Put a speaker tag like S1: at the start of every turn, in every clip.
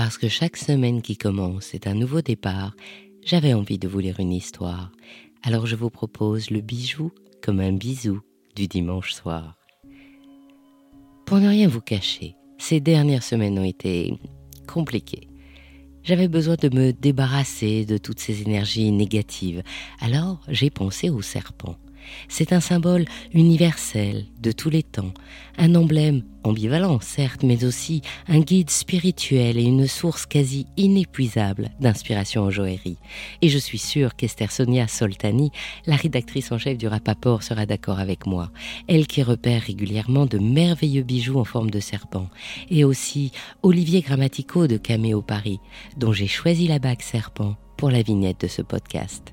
S1: Parce que chaque semaine qui commence est un nouveau départ, j'avais envie de vous lire une histoire. Alors je vous propose le bijou comme un bisou du dimanche soir. Pour ne rien vous cacher, ces dernières semaines ont été compliquées. J'avais besoin de me débarrasser de toutes ces énergies négatives. Alors j'ai pensé au serpent. C'est un symbole universel de tous les temps, un emblème ambivalent certes, mais aussi un guide spirituel et une source quasi inépuisable d'inspiration en joaillerie. Et je suis sûre qu'Esther Sonia Soltani, la rédactrice en chef du Rappaport, sera d'accord avec moi. Elle qui repère régulièrement de merveilleux bijoux en forme de serpent. Et aussi Olivier Grammatico de Caméo Paris, dont j'ai choisi la bague serpent pour la vignette de ce podcast.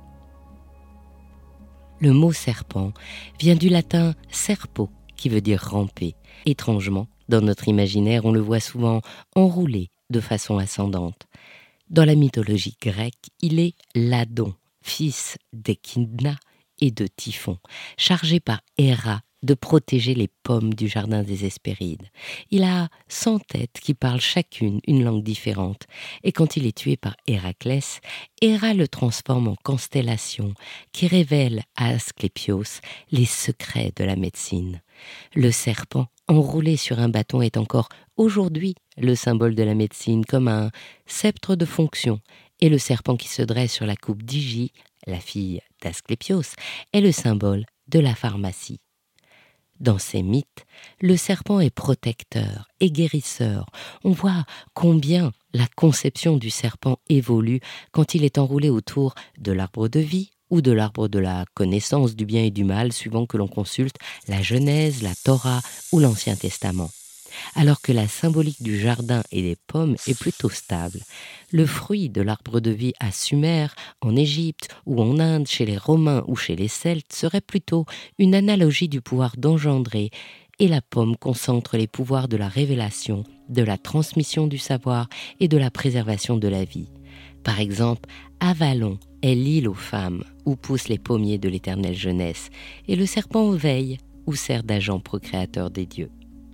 S1: Le mot serpent vient du latin serpo, qui veut dire ramper. Étrangement, dans notre imaginaire, on le voit souvent enroulé de façon ascendante. Dans la mythologie grecque, il est Ladon, fils d'Echidna et de Typhon, chargé par Héra de protéger les pommes du jardin des Hespérides. Il a 100 têtes qui parlent chacune une langue différente, et quand il est tué par Héraclès, Héra le transforme en constellation qui révèle à Asclépios les secrets de la médecine. Le serpent, enroulé sur un bâton, est encore aujourd'hui le symbole de la médecine, comme un sceptre de fonction, et le serpent qui se dresse sur la coupe d'Hygie, la fille d'Asclépios, est le symbole de la pharmacie. Dans ces mythes, le serpent est protecteur et guérisseur. On voit combien la conception du serpent évolue quand il est enroulé autour de l'arbre de vie ou de l'arbre de la connaissance du bien et du mal, suivant que l'on consulte la Genèse, la Torah ou l'Ancien Testament. Alors que la symbolique du jardin et des pommes est plutôt stable. Le fruit de l'arbre de vie à Sumer, en Égypte ou en Inde, chez les Romains ou chez les Celtes, serait plutôt une analogie du pouvoir d'engendrer, et la pomme concentre les pouvoirs de la révélation, de la transmission du savoir et de la préservation de la vie. Par exemple, Avalon est l'île aux femmes, où poussent les pommiers de l'éternelle jeunesse, et le serpent veille, où sert d'agent procréateur des dieux.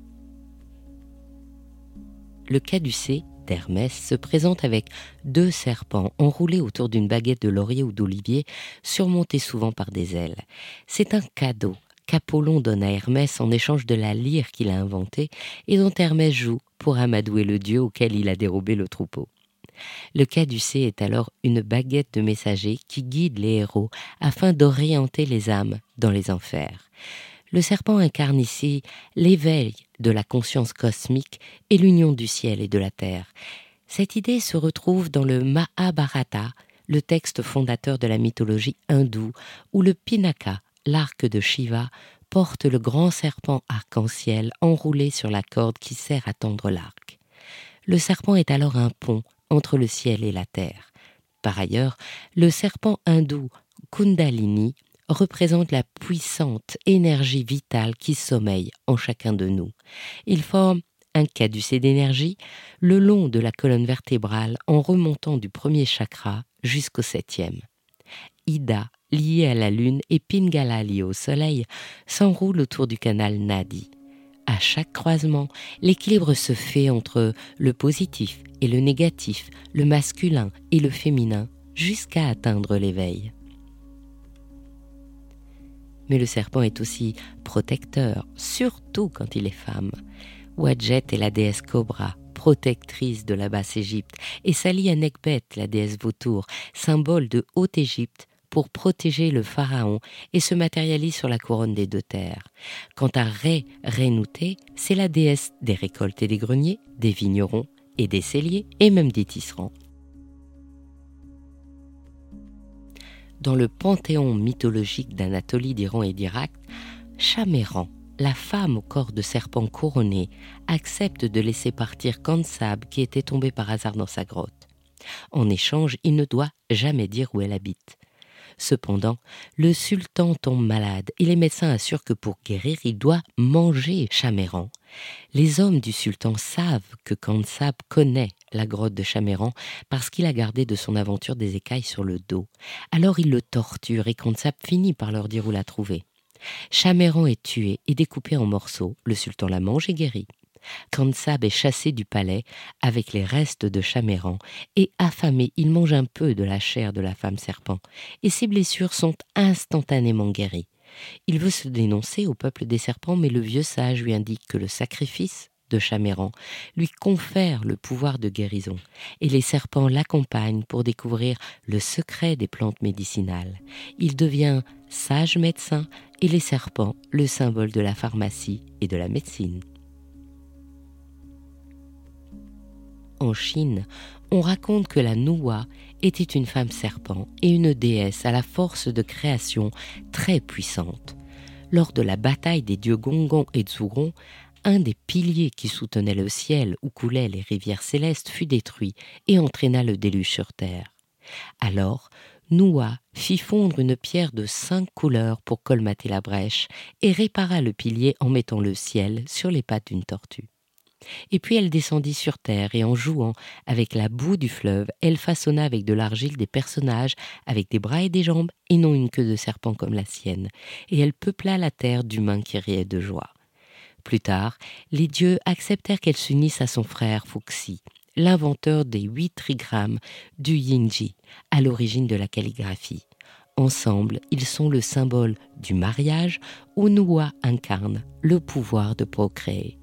S1: Le caducée d'Hermès se présente avec 2 serpents enroulés autour d'une baguette de laurier ou d'olivier, surmontés souvent par des ailes. C'est un cadeau qu'Apollon donne à Hermès en échange de la lyre qu'il a inventée et dont Hermès joue pour amadouer le dieu auquel il a dérobé le troupeau. Le caducée est alors une baguette de messager qui guide les héros afin d'orienter les âmes dans les enfers. Le serpent incarne ici l'éveil de la conscience cosmique et l'union du ciel et de la terre. Cette idée se retrouve dans le Mahabharata, le texte fondateur de la mythologie hindoue, où le Pinaka, l'arc de Shiva, porte le grand serpent arc-en-ciel enroulé sur la corde qui sert à tendre l'arc. Le serpent est alors un pont entre le ciel et la terre. Par ailleurs, le serpent hindou Kundalini représente la puissante énergie vitale qui sommeille en chacun de nous. Il forme un caducée d'énergie le long de la colonne vertébrale en remontant du premier chakra jusqu'au 7e. Ida, lié à la lune, et Pingala, lié au soleil, s'enroulent autour du canal Nadi. À chaque croisement, l'équilibre se fait entre le positif et le négatif, le masculin et le féminin, jusqu'à atteindre l'éveil. Mais le serpent est aussi protecteur, surtout quand il est femme. Wadjet est la déesse Cobra, protectrice de la Basse-Égypte, et Sali Anekbet, la déesse vautour, symbole de Haute-Égypte, pour protéger le pharaon et se matérialise sur la couronne des 2 terres. Quant à Renouté, c'est la déesse des récoltes et des greniers, des vignerons et des celliers, et même des tisserands. Dans le panthéon mythologique d'Anatolie, d'Iran et d'Irak, Chaméran, la femme au corps de serpent couronné, accepte de laisser partir Khansab qui était tombé par hasard dans sa grotte. En échange, il ne doit jamais dire où elle habite. Cependant, le sultan tombe malade et les médecins assurent que pour guérir, il doit manger Chaméran. Les hommes du sultan savent que Khansab connaît la grotte de Chaméran parce qu'il a gardé de son aventure des écailles sur le dos. Alors ils le torturent et Khansab finit par leur dire où la trouver. Chaméran est tué et découpé en morceaux. Le sultan la mange et guérit. Khansab est chassé du palais avec les restes de Chaméran et affamé, il mange un peu de la chair de la femme serpent et ses blessures sont instantanément guéries. Il veut se dénoncer au peuple des serpents, mais le vieux sage lui indique que le sacrifice de Chaméran lui confère le pouvoir de guérison et les serpents l'accompagnent pour découvrir le secret des plantes médicinales. Il devient sage médecin et les serpents le symbole de la pharmacie et de la médecine. En Chine, on raconte que la Nuwa était une femme serpent et une déesse à la force de création très puissante. Lors de la bataille des dieux Gongong et Zhuron, un des piliers qui soutenait le ciel où coulaient les rivières célestes fut détruit et entraîna le déluge sur terre. Alors, Nuwa fit fondre une pierre de 5 couleurs pour colmater la brèche et répara le pilier en mettant le ciel sur les pattes d'une tortue. Et puis elle descendit sur terre et en jouant avec la boue du fleuve, elle façonna avec de l'argile des personnages avec des bras et des jambes et non une queue de serpent comme la sienne. Et elle peupla la terre d'humains qui riaient de joie. Plus tard, les dieux acceptèrent qu'elle s'unisse à son frère Fuxi, l'inventeur des 8 trigrammes du Yingji, à l'origine de la calligraphie. Ensemble, ils sont le symbole du mariage où Nuwa incarne le pouvoir de procréer.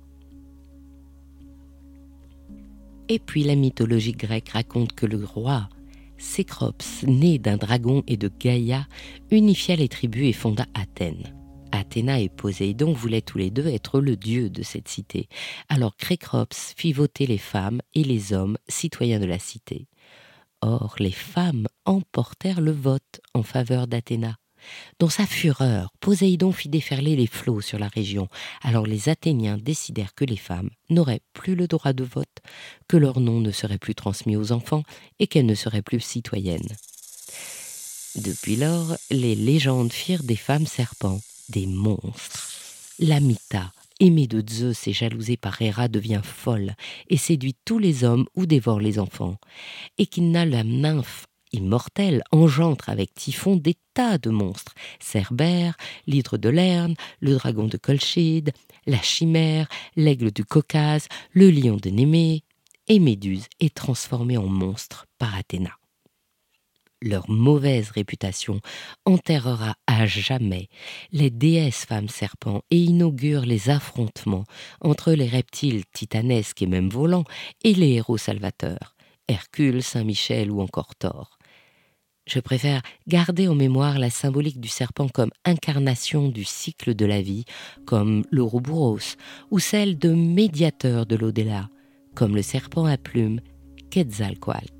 S1: Et puis la mythologie grecque raconte que le roi Cécrops, né d'un dragon et de Gaïa, unifia les tribus et fonda Athènes. Athéna et Poséidon voulaient tous les deux être le dieu de cette cité. Alors Cécrops fit voter les femmes et les hommes citoyens de la cité. Or, les femmes emportèrent le vote en faveur d'Athéna. Dans sa fureur, Poséidon fit déferler les flots sur la région. Alors les Athéniens décidèrent que les femmes n'auraient plus le droit de vote, que leur nom ne serait plus transmis aux enfants et qu'elles ne seraient plus citoyennes. Depuis lors, les légendes firent des femmes serpents des monstres. Lamita, aimée de Zeus et jalousée par Héra, devient folle et séduit tous les hommes ou dévore les enfants. Échidna, la nymphe immortelle, engendre avec Typhon des tas de monstres. Cerbère, l'hydre de Lerne, le dragon de Colchide, la chimère, l'aigle du Caucase, le lion de Némée, et Méduse est transformée en monstre par Athéna. Leur mauvaise réputation enterrera à jamais les déesses femmes serpents et inaugure les affrontements entre les reptiles titanesques et même volants et les héros salvateurs, Hercule, Saint-Michel ou encore Thor. Je préfère garder en mémoire la symbolique du serpent comme incarnation du cycle de la vie, comme l'Ouroboros, ou celle de médiateur de l'au-delà, comme le serpent à plumes Quetzalcoatl.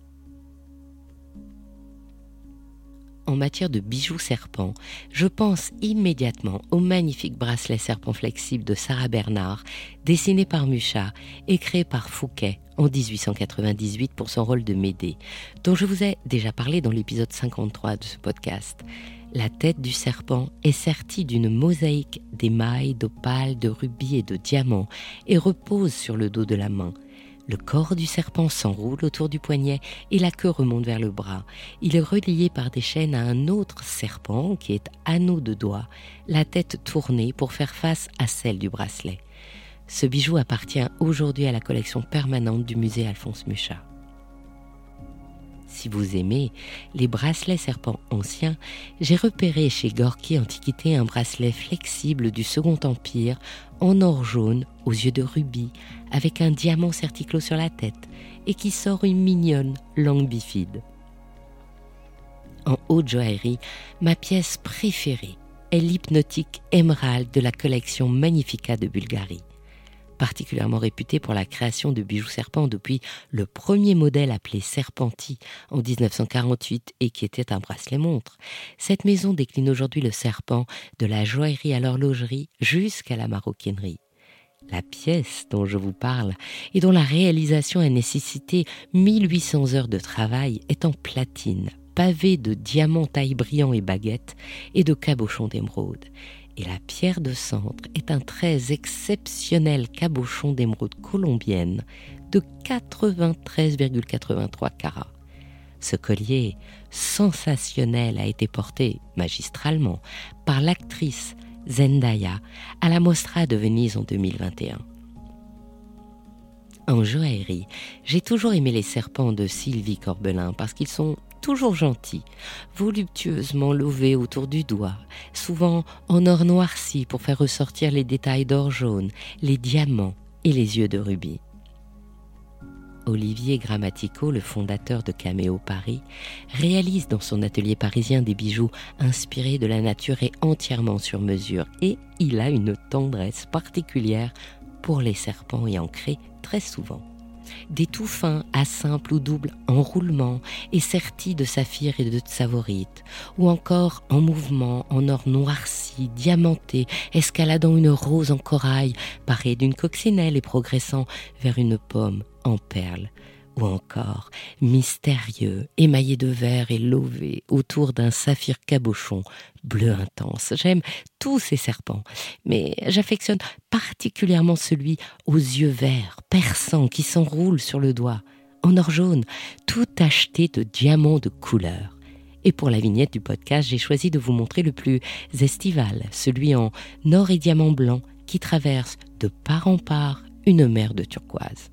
S1: En matière de bijoux serpents, je pense immédiatement au magnifique bracelet serpent flexible de Sarah Bernard, dessiné par Mucha et créé par Fouquet en 1898 pour son rôle de Médée, dont je vous ai déjà parlé dans l'épisode 53 de ce podcast. La tête du serpent est sertie d'une mosaïque d'émail, d'opale, de rubis et de diamants et repose sur le dos de la main. Le corps du serpent s'enroule autour du poignet et la queue remonte vers le bras. Il est relié par des chaînes à un autre serpent qui est anneau de doigt, la tête tournée pour faire face à celle du bracelet. Ce bijou appartient aujourd'hui à la collection permanente du musée Alphonse Mucha. Si vous aimez les bracelets serpents anciens, j'ai repéré chez Gorky Antiquité un bracelet flexible du Second Empire en or jaune aux yeux de rubis avec un diamant certiclo sur la tête et qui sort une mignonne langue bifide. En haute joaillerie, ma pièce préférée est l'hypnotique émeraude de la collection Magnifica de Bulgarie. Particulièrement réputée pour la création de bijoux serpents depuis le premier modèle appelé Serpenti en 1948 et qui était un bracelet-montre. Cette maison décline aujourd'hui le serpent de la joaillerie à l'horlogerie jusqu'à la maroquinerie. La pièce dont je vous parle et dont la réalisation a nécessité 1800 heures de travail est en platine, pavée de diamants taille brillants et baguettes et de cabochons d'émeraude. Et la pierre de centre est un très exceptionnel cabochon d'émeraude colombienne de 93,83 carats. Ce collier sensationnel a été porté magistralement par l'actrice Zendaya à la Mostra de Venise en 2021. En joaillerie, j'ai toujours aimé les serpents de Sylvie Corbelin parce qu'ils sont toujours gentils, voluptueusement lovés autour du doigt, souvent en or noirci pour faire ressortir les détails d'or jaune, les diamants et les yeux de rubis. Olivier Grammatico, le fondateur de Caméo Paris, réalise dans son atelier parisien des bijoux inspirés de la nature et entièrement sur mesure. Et il a une tendresse particulière pour les serpents et en crée très souvent. Des tout fins à simple ou double enroulement et sertis de saphir et de tsavorite, ou encore en mouvement, en or noirci, diamanté, escaladant une rose en corail, parée d'une coccinelle et progressant vers une pomme en perles, ou encore mystérieux, émaillé de vert et lové autour d'un saphir cabochon bleu intense. J'aime tous ces serpents, mais j'affectionne particulièrement celui aux yeux verts, perçants, qui s'enroule sur le doigt, en or jaune, tout tacheté de diamants de couleur. Et pour la vignette du podcast, j'ai choisi de vous montrer le plus estival, celui en or et diamant blanc, qui traverse de part en part une mer de turquoise.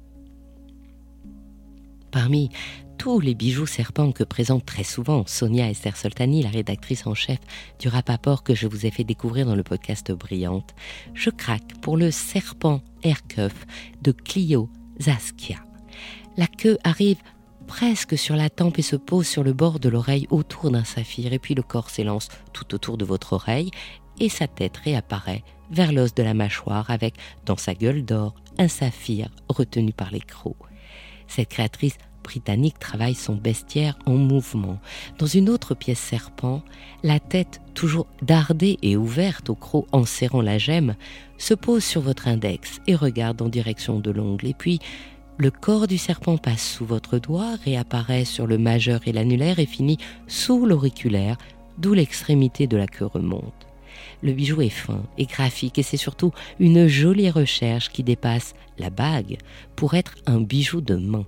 S1: Parmi tous les bijoux serpents que présente très souvent Sonia Esther Soltani, la rédactrice en chef du Rappaport que je vous ai fait découvrir dans le podcast Brillante, je craque pour le serpent Aircuff de Clio Zaskia. La queue arrive presque sur la tempe et se pose sur le bord de l'oreille autour d'un saphir, et puis le corps s'élance tout autour de votre oreille et sa tête réapparaît vers l'os de la mâchoire avec, dans sa gueule d'or, un saphir retenu par les crocs. Cette créatrice britannique travaille son bestiaire en mouvement. Dans une autre pièce serpent, la tête toujours dardée et ouverte au croc en serrant la gemme, se pose sur votre index et regarde en direction de l'ongle. Et puis, le corps du serpent passe sous votre doigt, réapparaît sur le majeur et l'annulaire et finit sous l'auriculaire, d'où l'extrémité de la queue remonte. Le bijou est fin et graphique et c'est surtout une jolie recherche qui dépasse la bague pour être un bijou de main.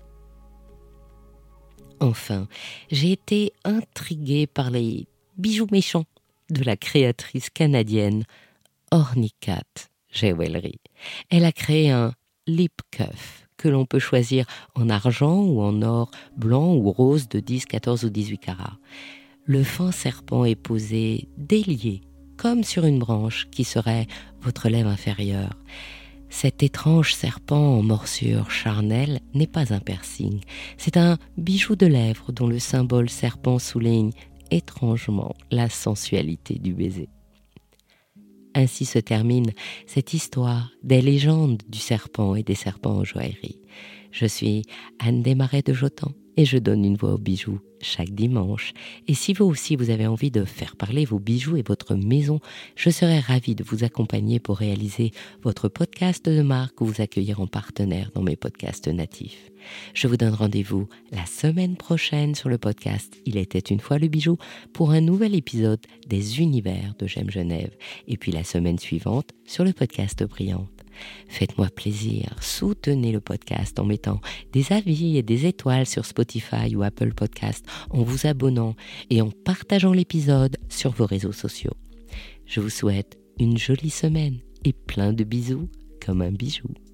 S1: Enfin, j'ai été intriguée par les bijoux méchants de la créatrice canadienne Ornicat Jewelry. Elle a créé un lip cuff que l'on peut choisir en argent ou en or blanc ou rose de 10, 14 ou 18 carats. Le fin serpent est posé délié, comme sur une branche qui serait votre lèvre inférieure. Cet étrange serpent en morsure charnelle n'est pas un piercing, c'est un bijou de lèvres dont le symbole serpent souligne étrangement la sensualité du baiser. Ainsi se termine cette histoire des légendes du serpent et des serpents en joaillerie. Je suis Anne Desmarais de Jotan et je donne une voix aux bijoux chaque dimanche. Et si vous aussi vous avez envie de faire parler vos bijoux et votre maison, je serai ravie de vous accompagner pour réaliser votre podcast de marque ou vous accueillir en partenaire dans mes podcasts natifs. Je vous donne rendez-vous la semaine prochaine sur le podcast Il était une fois le bijou pour un nouvel épisode des univers de J'aime Genève. Et puis la semaine suivante sur le podcast Brillante. Faites-moi plaisir, soutenez le podcast en mettant des avis et des étoiles sur Spotify ou Apple Podcast, en vous abonnant et en partageant l'épisode sur vos réseaux sociaux. Je vous souhaite une jolie semaine et plein de bisous comme un bijou.